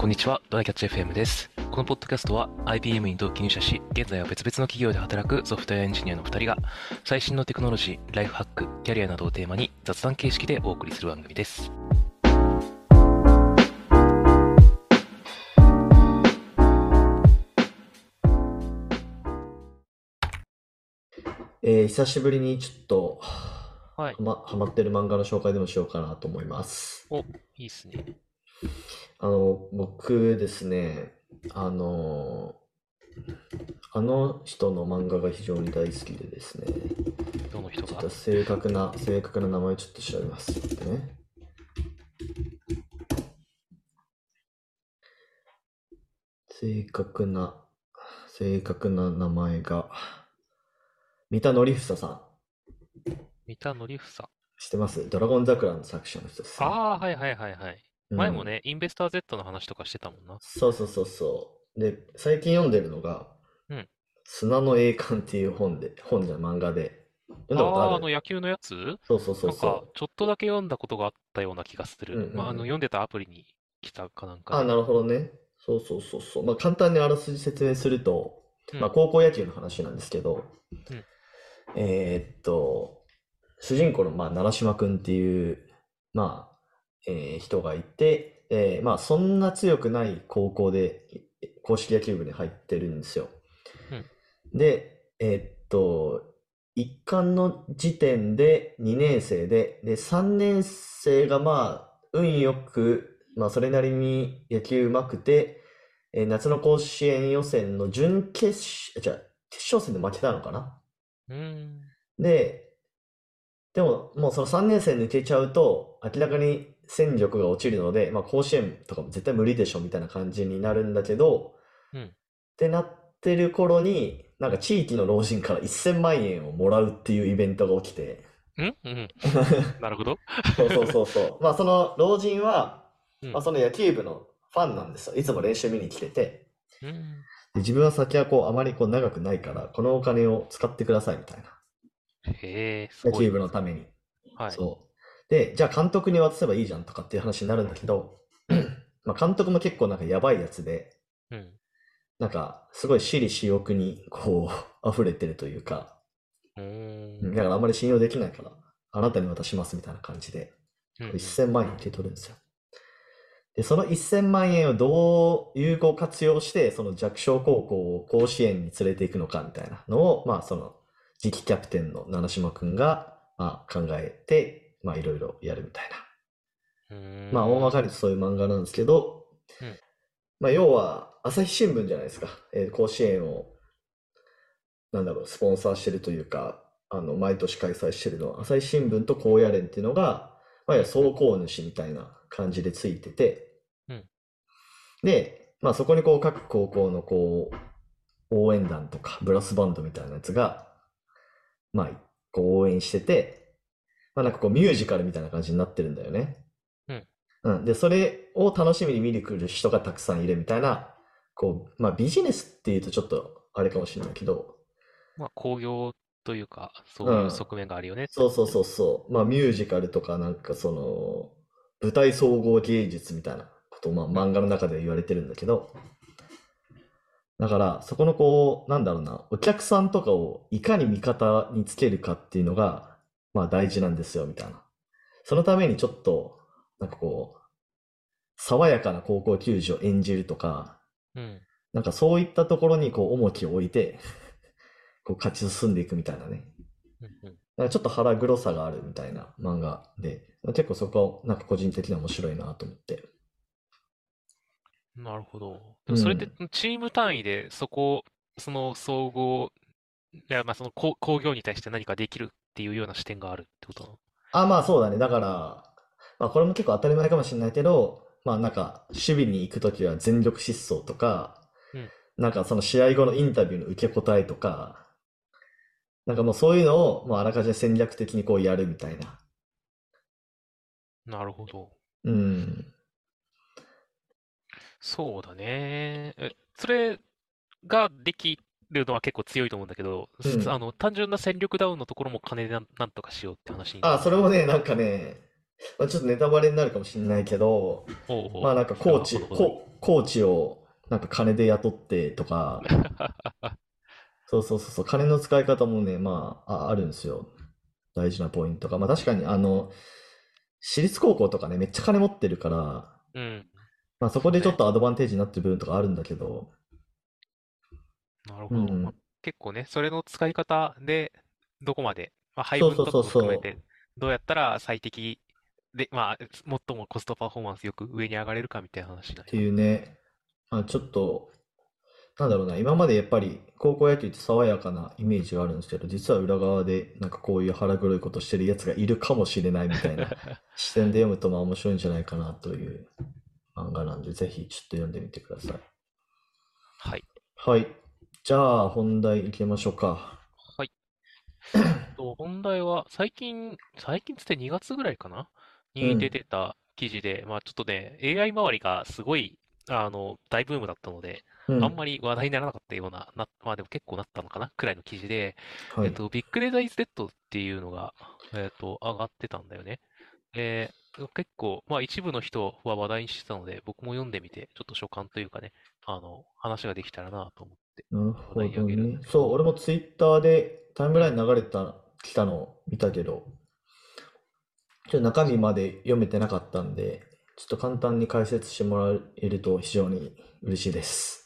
こんにちは、ドライキャッチ FM です。このポッドキャストは IBM に同期入社し、現在は別々の企業で働くソフトウェアエンジニアの2人が、最新のテクノロジー、ライフハック、キャリアなどをテーマに雑談形式でお送りする番組です。 久しぶりにちょっとはい。 ハマってる漫画の紹介でもしようかなと思います。 お、いいっすね。 僕ですね、あの、あの人の漫画が非常に大好きでですね、 どの人が？ ちょっと正確な名前をちょっと調べます。待ってね。正確な、正確な名前が、三田紀房さん。 三田紀房。 知ってます？ドラゴン桜の作者の人ですね。 ああ、はいはいはいはい。 うん。 前もね、インベスター Z の話とかしてたもんな。 そうそうそうそう。で、最近読んでるのが、 うん。 砂の栄冠っていう本じゃ漫画で。読んだことあああ、 る？ 野球のやつ。 そうそうそうなんか、 そちょっとだけ読んだことがあったような気がすう。うんる。 うんうん。 読んでたアプリに来たかなんかあ、 で。 なるほどね。そうそうそうそう。まあ簡単にあらすじ説明すると、 うん、 まあ高校野球の話なんですけど、 うん、 えーっと、主人公の習島くんっていう、まあ、人がいて、まあそんな強くない高校で硬式野球部に入ってるんですよ。 うん、 で、一貫の時点で2年生で、3年生が運よく、それなりに野球上手くて、夏の甲子園予選の準決勝、じゃあ決勝戦で負けたのかな。 うーん、 で、でももうその3年生抜けちゃうと、明らかに戦力が落ちるので、甲子園とかも絶対無理でしょみたいな感じになるんだけど、 うん、 ってなってる頃に、なんか地域の老人から1000万円をもらうっていうイベントが起きて、 うん、なるほど。 そうそうそうそう。その老人は、 うん、 その野球部のファンなんですよ。いつも練習見に来てて。 うん。 で自分は先はあまり長くないから、このお金を使ってくださいみたいな。 へえ、す野球ごいね。 部のために。 はい。 そう。で、じゃあ監督に渡せばいいじゃんとかっていう話になるんだけど、 うん、 監督も結構なんかやばいやつで、 うん、 なんかすごい私利私欲に溢れてるというか、 うーん、 だからあんまり信用できないから、あなたに渡しますみたいな感じで、 うん、うん。 1000万円受け取るんですよ。で、その1000万円をどう有効活用して、その弱小高校を甲子園に連れていくのかみたいなのを、その次期キャプテンの七島くんが、考えて、いろいろやるみたいな。 うー大まかにん、 そういう漫画なんですけど、 うん、 要は、朝日新聞じゃないですか。甲子園を、スポンサーしてるというか、毎年開催してるのは、朝日新聞と高野連っていうのが、 うん、うん、 総興主みたいな感じでついてて、 うん。 で、そこに各高校の応援団とかブラスバンドみたいなやつが、まあ、応援してて、ミュージカルみたいな感じになってるんだよね。 うん。 うん。で、それを楽しみに見に来る人がたくさんいるみたいな、ビジネスっていうとちょっとあれかもしれないけど、 興行というか、そういううん。 側面があるよねってことね。 そうそうそうそう。ミュージカルとか舞台総合芸術みたいなことをうん、 漫画の中で言われてるんだけど、だから、そこのお客さんとかをいかに味方につけるかっていうのが、大事なんですよ、みたいな。そのためにちょっと、爽やかな高校球児を演じるとか、 うん、 そういったところに重きを置いて、勝ち進んでいくみたいなね。 うん、うちょっと腹黒さがあるみたいな漫画で、結構そこは個人的には面白いなと思って。 ん。なるほど。でもそれってうん。 チーム単位でその総合、いや、その工業に対して何かできるっていうような視点があるってことなの？ そうだね。だから、これも結構当たり前かもしれないけど、守備に行くときは全力疾走とか、 うん。 その試合後のインタビューの受け答えとか、もうそういうのをもうあらかじめ戦略的にやるみたいな。 なるほど。 うん。 そうだね。それができるのは結構強いと思うんだけど、 うん。 単純な戦力ダウンのところも金でなんとかしようって話になあ、 るのかな。 それもね、ちょっとネタバレになるかもしれないけど、 おうおう、それはほコーチ、 どほどに。 コーチをなんか金で雇ってとか、そうそうそうそう、金の使い方もね、まあ、あるんですよ。大事なポイントが。まあ確かに、私立高校とかね、めっちゃ金持ってるから、 うん。 まあそこでちょっそうね。 とアドバンテージになってる部分とかあるんだけど、 なるほど。まあ、 うん。 結構ね、それの使い方で、どこまで、まあ、配そうそうそう分とかも含めて、 そどうやったら最適で、まあ、最もコストパフォーマンスよく上に上がれるかみたいな話う。ってなんや。 いうね、まあちょっと、なんだろうな、今までやっぱり高校野球って爽やかなイメージがあるんですけど、実は裏側でなんかこういう腹黒いことしてるやつがいるかもしれないみたいな視点で読むとまあ面白いんじゃないかなという漫画なんで、ぜひちょっと読んでみてください。 はい。 はい。じゃあ本題行きましょうか。 はい。本題は、最近つって2月ぐらいかなに出うん。 てた記事で、まあちょっとね、AI 周りがすごい、大ブームだったので、 うん。 あんまり話題にならなかったような、まあでも結構なったのかなくらいの記事で、 はい。 ビッグデータイズデッドっていうのが、上がってたんだよね。で、結構、まあ一部の人は話題にしてたので、僕も読んでみて、ちょっと所感というかね、話ができたらなと思ってなる話ほ題にあげるんどね。そう、 だけど、 俺もツイッターでタイムうん、 ライン流れ来たのを見たけど、ちょっと中身そう。 まで読めてなかったんで、ちょっと簡単に解説してもらえると非常に嬉しいです。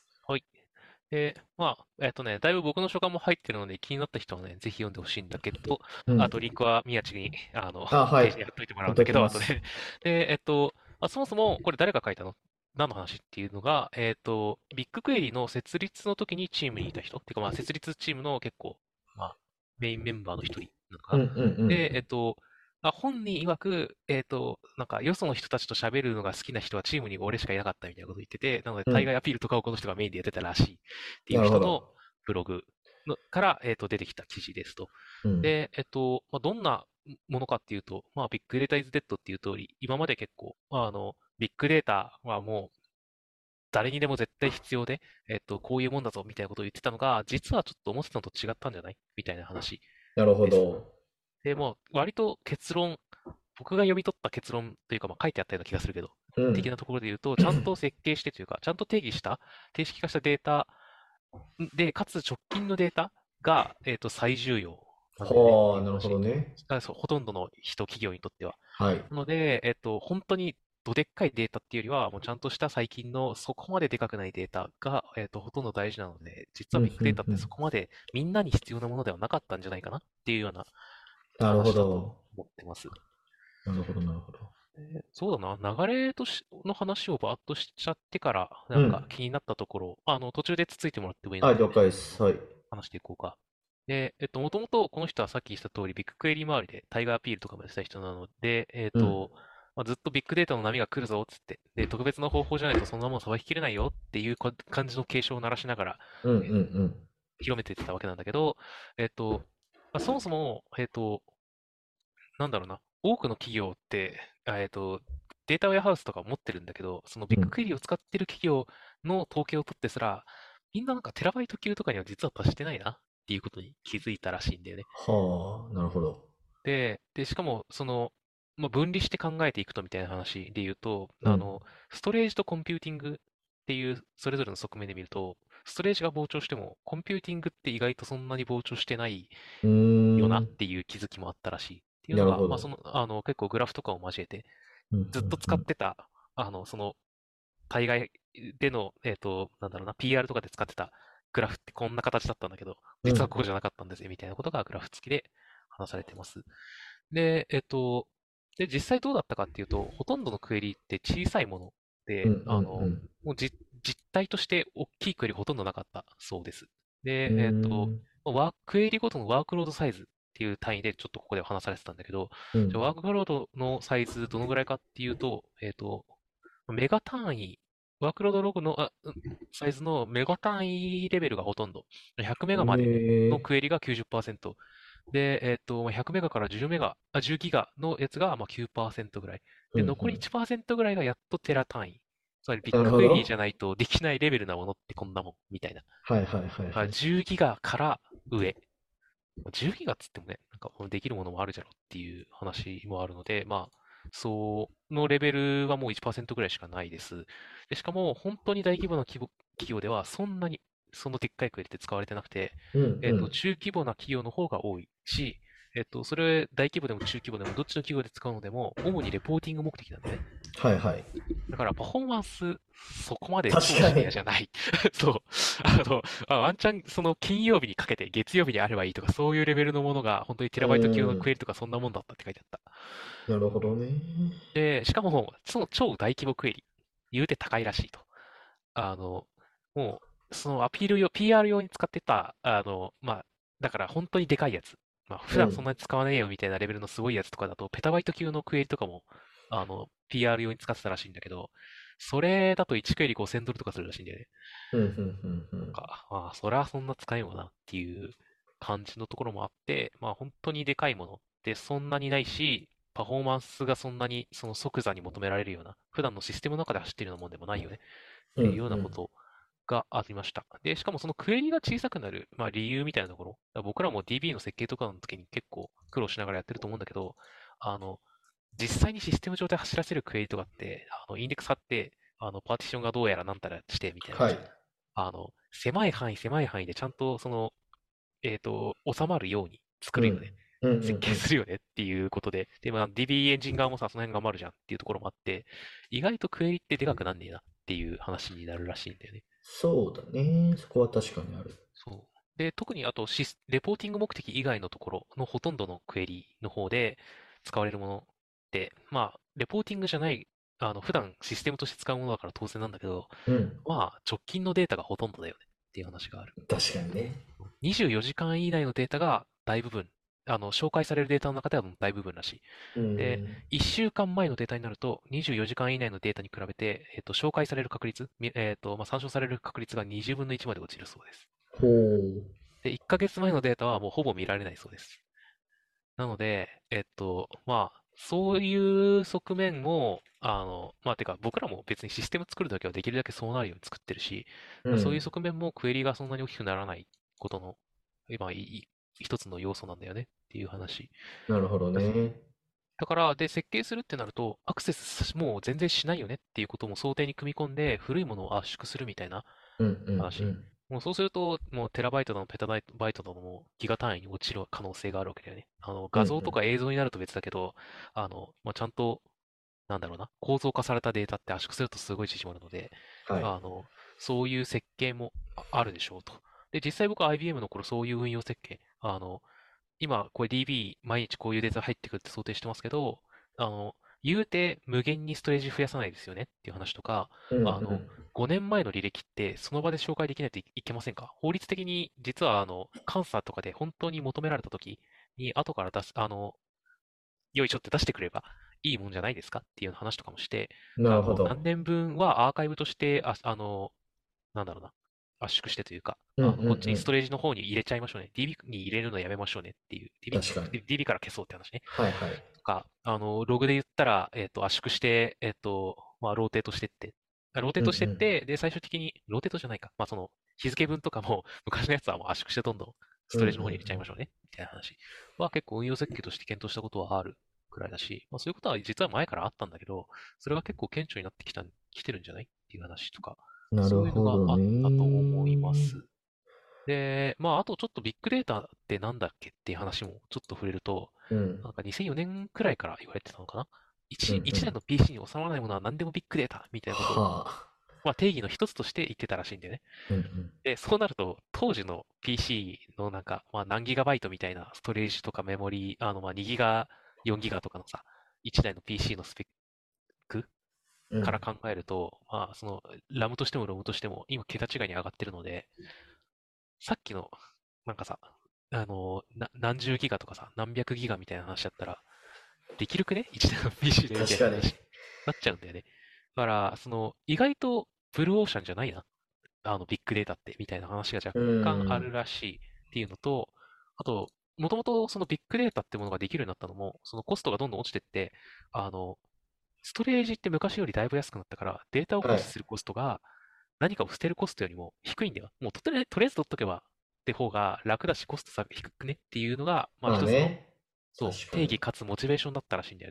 はい。で、まあ、だいぶ僕の書簡も入ってるので、気になった人はね、ぜひ読んでほしいんだけど、 うん。 あとリンクは宮地に、 あ、はい。 ページに貼っといてもら貼っとうんだけど、 きます。 後で。で、そもそも、これ誰が書いたの何の話っていうのが、ビッグクエリの設立の時にチームにいた人、っていうかまあ、設立チームの結構、まあ、メインメンバーの一人なのかな。 うんうんうん。 で、本人曰く、なんか、よその人たちと喋るのが好きな人はチームに俺しかいなかったみたいなことを言ってて、なので、 うん。 対外アピールとかをこの人がメインでやってたらしいっていう人のなるほど。 ブログから、出てきた記事ですと。 うん。 で、まあ、どんなものかっていうと、まあ、ビッグデータイズデッドっていう通り、今まで結構、ビッグデータはもう誰にでも絶対必要で、こういうもんだぞみたいなことを言ってたのが、実はちょっと思ってたのと違ったんじゃないみたいな話なるほです。 ど。 で、もう割と結論、僕が読み取った結論というか、まあ、書いてあったような気がするけど、 うん。 的なところで言うと、ちゃんと設計してというか、ちゃんと定義した、定式化したデータで、かつ直近のデータが、最重要なんだよねってはあ、なるほどいう話。 ね。 そう、ほとんどの企業にとっては。 はい。 なので、本当にどでっかいデータっていうよりは、もうちゃんとした最近のそこまででかくないデータが、ほとんど大事なので、実うん、 はビッグデータってうん、 そこまでみんなに必要なものではなかったんじゃないかなっていうようななるほ話だとど。 思ってます。 なるほど、なるほど。 そうだな、流れの話をバーッとしちゃってから、なんかうん。 気になったところ、途中でつついてもらってもいいのあ、 で、 了解です。はい。 話していこうか。で、もともとこの人はさっき言った通り、ビッグクエリ周りでタイガーアピールとかもやってた人なので、 うん。 まあ、ずっとビッグデータの波が来るぞっつって、で、特別な方法じゃないとそんなもんさばききれないよっていう感じの警鐘を鳴らしながら、 うん、うん、 えーうん。 広めていってたわけなんだけど、まあ、そもそも、なんだろうな、多くの企業って、データウェアハウスとか持ってるんだけど、そのビッグうん。 クエリを使ってる企業の統計を取ってすら、みんななんかテラバイト級とかには実は達してないなっていうことに気づいたらしいんだよね。 はあ、なるほど。 で、しかも、まあ、分離して考えていくとみたいな話で言うと、 うん。 ストレージとコンピューティングっていうそれぞれの側面で見ると、ストレージが膨張しても、コンピューティングって意外とそんなに膨張してないうーよなっん。 ていう気づきもあったらしいっていうのが、まあ、 なるほど。 結構グラフとかを交えて、 うん、 ずっとうん、 使ってた、対外での、なんだろうな、PR とかで使ってたグラフってこんな形だったんだけど、 うん。うん。 実はこうじゃなかったんですよ、みたいなことがグラフ付きで話されてます。で、実際どうだったかっていうと、ほとんどのクエリって小さいものうん、 で、 うん、 もう実体として大きいクエリほとんどなかったそうです。 うん。 で、 うーん。 クエリごとのワークロードサイズっていう単位でちょっとここで話されてたんだけど、 うん。 じゃあワークロードのサイズどのぐらいかっていうと、メガ単位、ワークロードログの、サイズのメガ単位レベルがほとんど。100メガまでのええクエリが90%。で、100メガから10メガ、10ギガのやつがまあ9%ぐらい。 ー。うで、 ん、う残りん。 1%ぐらいがやっとテラ単位。つまりビッなるグクエリーじゃほど。 ないとできないレベルなものってこんなもん、みたいな。 はいはいはいまあ、 はい。 10ギガから上。10ギガっつってもね、なんかできるものもあるじゃろっていう話もあるので、まあ、 そのレベルはもう1%ぐらいしかないです。で、しかも、本当に大規模な企業では、そんなに、そのでっかいクエリって使われてなくて、 うんうん。 中規模な企業の方が多いし、それ、大規模でも中規模でも、どっちの企業で使うのでも、主にレポーティング目的なんだよね。 はいはい。 だから、パフォーマンス、そこまで超シビア確かに。 じゃない。そう。ワンチャン、その金曜日にかけて月曜日にあればいいとか、そういうレベルのものが、本当にテうラバイト級のクエん。 リとか、そんなもんだったって書いてあった。 なるほどね。 で、しかも、その超大規模クエリ、言うて高いらしいと。あの、もそのアピール用、PR 用に使ってた、だから本当にでかいやつ。まあ、普段そんうん。 なに使わねえよみたいなレベルのすごいやつとかだと、ペタバイト級のクエリとかも、PR 用に使ってたらしいんだけど、それだと1クエリ$5000とかするらしいんだよね。 うん、うん、うん、うん。 そりゃそんな使えんわなっていう感じのところもあって、まあ本当にでかいものってそんなにないし、パフォーマンスがそんなにその即座に求められるような、普段のシステムの中で走っているようなもんでもないよねっうん、 ていうよううん。 なことがありました。で、しかもそのクエリが小さくなる、まあ、理由みたいなところ、僕らも DB の設計とかの時に結構苦労しながらやってると思うんだけど、あの、実際にシステム上で走らせるクエリとかって、インデックス貼って、パーティションがどうやらなんたらしてみたいな、 はい。 狭い範囲、狭い範囲でちゃんと収まるように作るよね。 うん。うん、うん、 設計うん。 するよねっていうことで、で、まあ、DB エンジン側もさ、その辺頑張るじゃんっていうところもあって、意外とクエリってでかくなんねえなっていう話になるらしいんだよね。 そうだね。そこは確かにある。 そう。で、特にあとレポーティング目的以外のところのほとんどのクエリの方で使われるものって、まあ、レポーティングじゃない、普段システムとして使うものだから当然なんだけど、 うん。 まあ、直近のデータがほとんどだよねっていう話がある。 確かにね。 24時間以内のデータが大部分、紹介されるデータの中では大部分らしい。 うで、 ん。 1週間前のデータになると、24時間以内のデータに比べて、紹介される確率、参照される確率が20分の1まで落ちるそうです。 ほう。 で、1ヶ月前のデータはもうほぼ見られないそうです。なので、そういう側面も、てか、僕らも別にシステム作るときはできるだけそうなるように作ってるし、そういううん。 側面もクエリがそんなに大きくならないことの、今、一つの要素なんだよねっていう話。 なるほどだね。 だから、で、設計するってなると、アクセスもう全然しないよねっていうことも想定に組み込んで、古いものを圧縮するみたいなうん、うん、う話。 ん。 もうそうすると、もうテラバイトだの、ペタバイトだのもギガ単位に落ちる可能性があるわけだよね。 うん、う画像とん。 か映像になると別だけど、ちゃんと、なんだろうな、構造化されたデータって圧縮するとすごい縮まるので、 はい。 あの、そういう設計もあるでしょうと。で、実際僕は IBM の頃そういう運用設計、今、これ DB 毎日こういうデータ入ってくるって想定してますけど、あの、言うて無限にストレージ増やさないですよねっていう話とか、 うん、うあの、 ん。 5年前の履歴ってその場で紹介できないといけませんか？法律的に実は監査とかで本当に求められた時に後からよいしょって出してくればいいもんじゃないですかっていう話とかもして、 なるほ何ど。 年分はアーカイブとして、なんだろうな、圧縮してというか、 うん、うん、 こっちにストうん。 レージの方に入れちゃいましょうね。DB に入れるのやめましょうねっていう、 確かに。 DB から消そうって話ね。 はい、はい。 とか、ログで言ったら、圧縮して、ローテートしてって、ローテーうん、うトしてっん。 て、で、最終的に、ローテートじゃないか。日付分とかも、昔のやつはもう圧縮してどんどんスうん、うん、 トレージの方に入れちゃいまうん。 しょうね。みたいな話は結構運用設計として検討したことはあるくらいだし、まあそういうことは実は前からあったんだけど、それが結構顕著になってきてるんじゃないっていう話とか、 なるそういうのほどがあったと思いまね。 す。で、まあ、あとちょっとビッグデータってなんだっけっていう話もちょっと触れると、 うん、 なんか2004年くらいから言われてたのかな。 うん、う一台ん。 の PC に収まらないものは何でもビッグデータみたいなことを、 はあ。 まあ、定義の一つとして言ってたらしいんだよね。 うん、うん。 で、そうなると、当時の PC のなんか、まあ、何ギガバイトみたいなストレージとかメモリ、2ギガ、4ギガとかのさ、一台の PC のスペックうん。 から考えると、まあ、その、ラムとしてもロムとしても、今、桁違いに上がってるので、さっきの、なんかさ、何十ギガとかさ、何百ギガみたいな話だったら、できるくね一台の PC でみた確かに。 いな話になっちゃうんだよね。だから、意外とブルーオーシャンじゃないな。ビッグデータって、みたいな話が若う干あん。 るらしいっていうのと、あと、もともとそのビッグデータってものができるようになったのも、そのコストがどんどん落ちてって、あの、ストレージって昔よりだいぶ安くなったから、データを保はい。 持するコストが何かを捨てるコストよりも低いんだよ。もうとりあえず取っとけばって方が楽だし、コスト低くねっていうのが、まあまあ一つの、 ね。 そう、 確かに。 定義かつモチベーションだったらしいんだよね。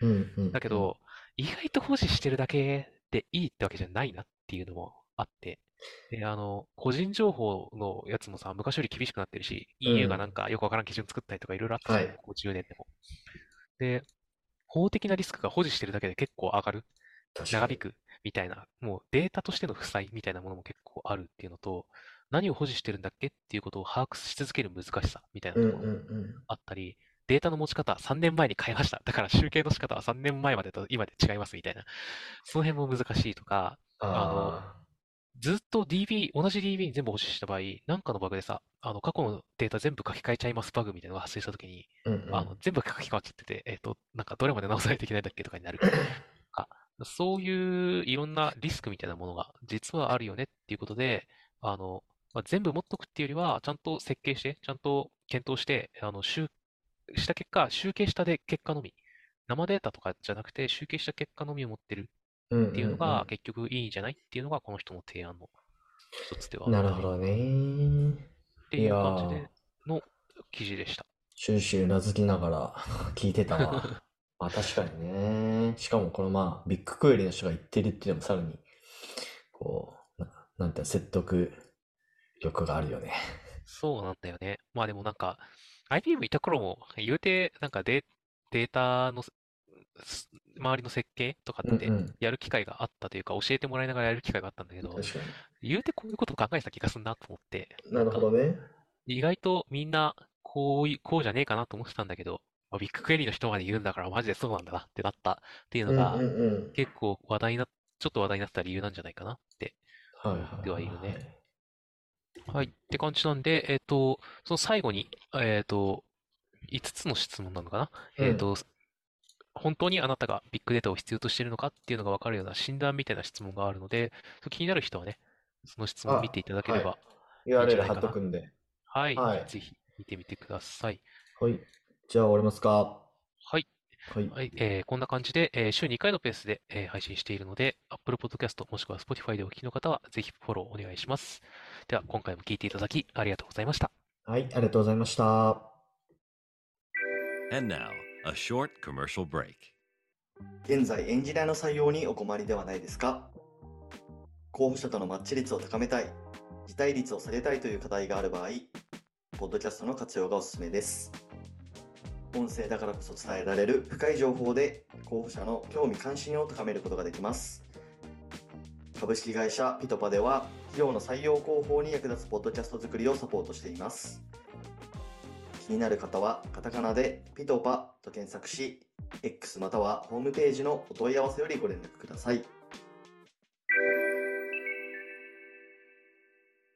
うんうんうん。 だけど、意外と保持してるだけでいいってわけじゃないなっていうのもあって、で、個人情報のやつもさ、昔より厳しくなってるし、 う EU がなんん。 かよくわからん基準作ったりとかいろいろあったじゃん、 はい。 ここ10年でも。で、法的なリスクが保持してるだけで結構上がる、 確かに。 長引くみたいな、もうデータとしての負債みたいなものも結構あるっていうのと、何を保持してるんだっけっていうことを把握し続ける難しさみたいなうんうんところもうん。 あったり、データの持ち方3年前に変えました。だから集計の仕方は3年前までと今で違いますみたいな。その辺も難しいとか、あの、 あずっと 同じ DB に全部保持した場合、なんかのバグでさ、過去のデータ全部書き換えちゃいますバグみたいなのが発生したときに、 あ。うんうん。 全部書き換わっちゃってて、なんかどれまで直さないといけないんだっけとかになるか、そういういろんなリスクみたいなものが実はあるよねっていうことで、全部持っとくっていうよりは、ちゃんと設計して、ちゃんと検討して、した結果、集計した結果のみ、生データとかじゃなくて、集計した結果のみを持ってるうんうんっていうのがうん。 結局いいんじゃないっていうのがこの人の提案の一つではあるかな。っなるほどね。いやていう感じー、 での記事でした。 終始うなずきながら聞いてたわ。まあ確かにね。しかもこのまあ、ビッグクエリの人が言ってるっていうのもさらに、こう、なんて説得力があるよね。 そうなんだよね。まあでもなんか、IBM いた頃も言うて、なんかデータの周りの設計とかってうんうん。 やる機会があったというか、教えてもらいながらやる機会があったんだけど、 確かに。 言うてこういうことを考えてた気がするなと思って、ななんか、 るほどね。 意外とみんな、こうじゃねえかなと思ってたんだけど、ビッグクエリの人まで言うんだからマジでそうなんだなってなったっていうのうんうんが、 うん。 結構ちょっと話題になった理由なんじゃないかなってはいはい思ってはいるね。 はいはい。 はい。って感じなんで、その最後に、5つの質問なのかな。 うん。 本当にあなたがビッグデータを必要としているのかっていうのが分かるような診断みたいな質問があるので、気になる人はね、その質問を見ていあ、 ただけはい。 ればいいんじゃ URL 貼っないかな。 とくんで。 はい。 はい。 ぜひ見てみてください。 はい。じゃあ終わりますか？ はい。 はい。 はい。こんな感じで、週2回のペースで、配信しているので、Apple Podcast もしくは Spotify でお聞きの方は、ぜひフォローお願いします。では、今回も聞いていただきありがとうございました。 はい、ありがとうございました。 And now, a short commercial break. 現在エンジニアの採用にお困りではないですか？候補者とのマッチ率を高めたい、辞退率を下げたいという課題がある場合、ポッドキャストの活用がおすすめです。音声だからこそ伝えられる深い情報で候補者の興味関心を高めることができます。株式会社ピトパでは企業の採用広報に役立つポッドキャスト作りをサポートしています。気になる方はカタカナでピトパと検索し、X またはホームページのお問い合わせよりご連絡ください。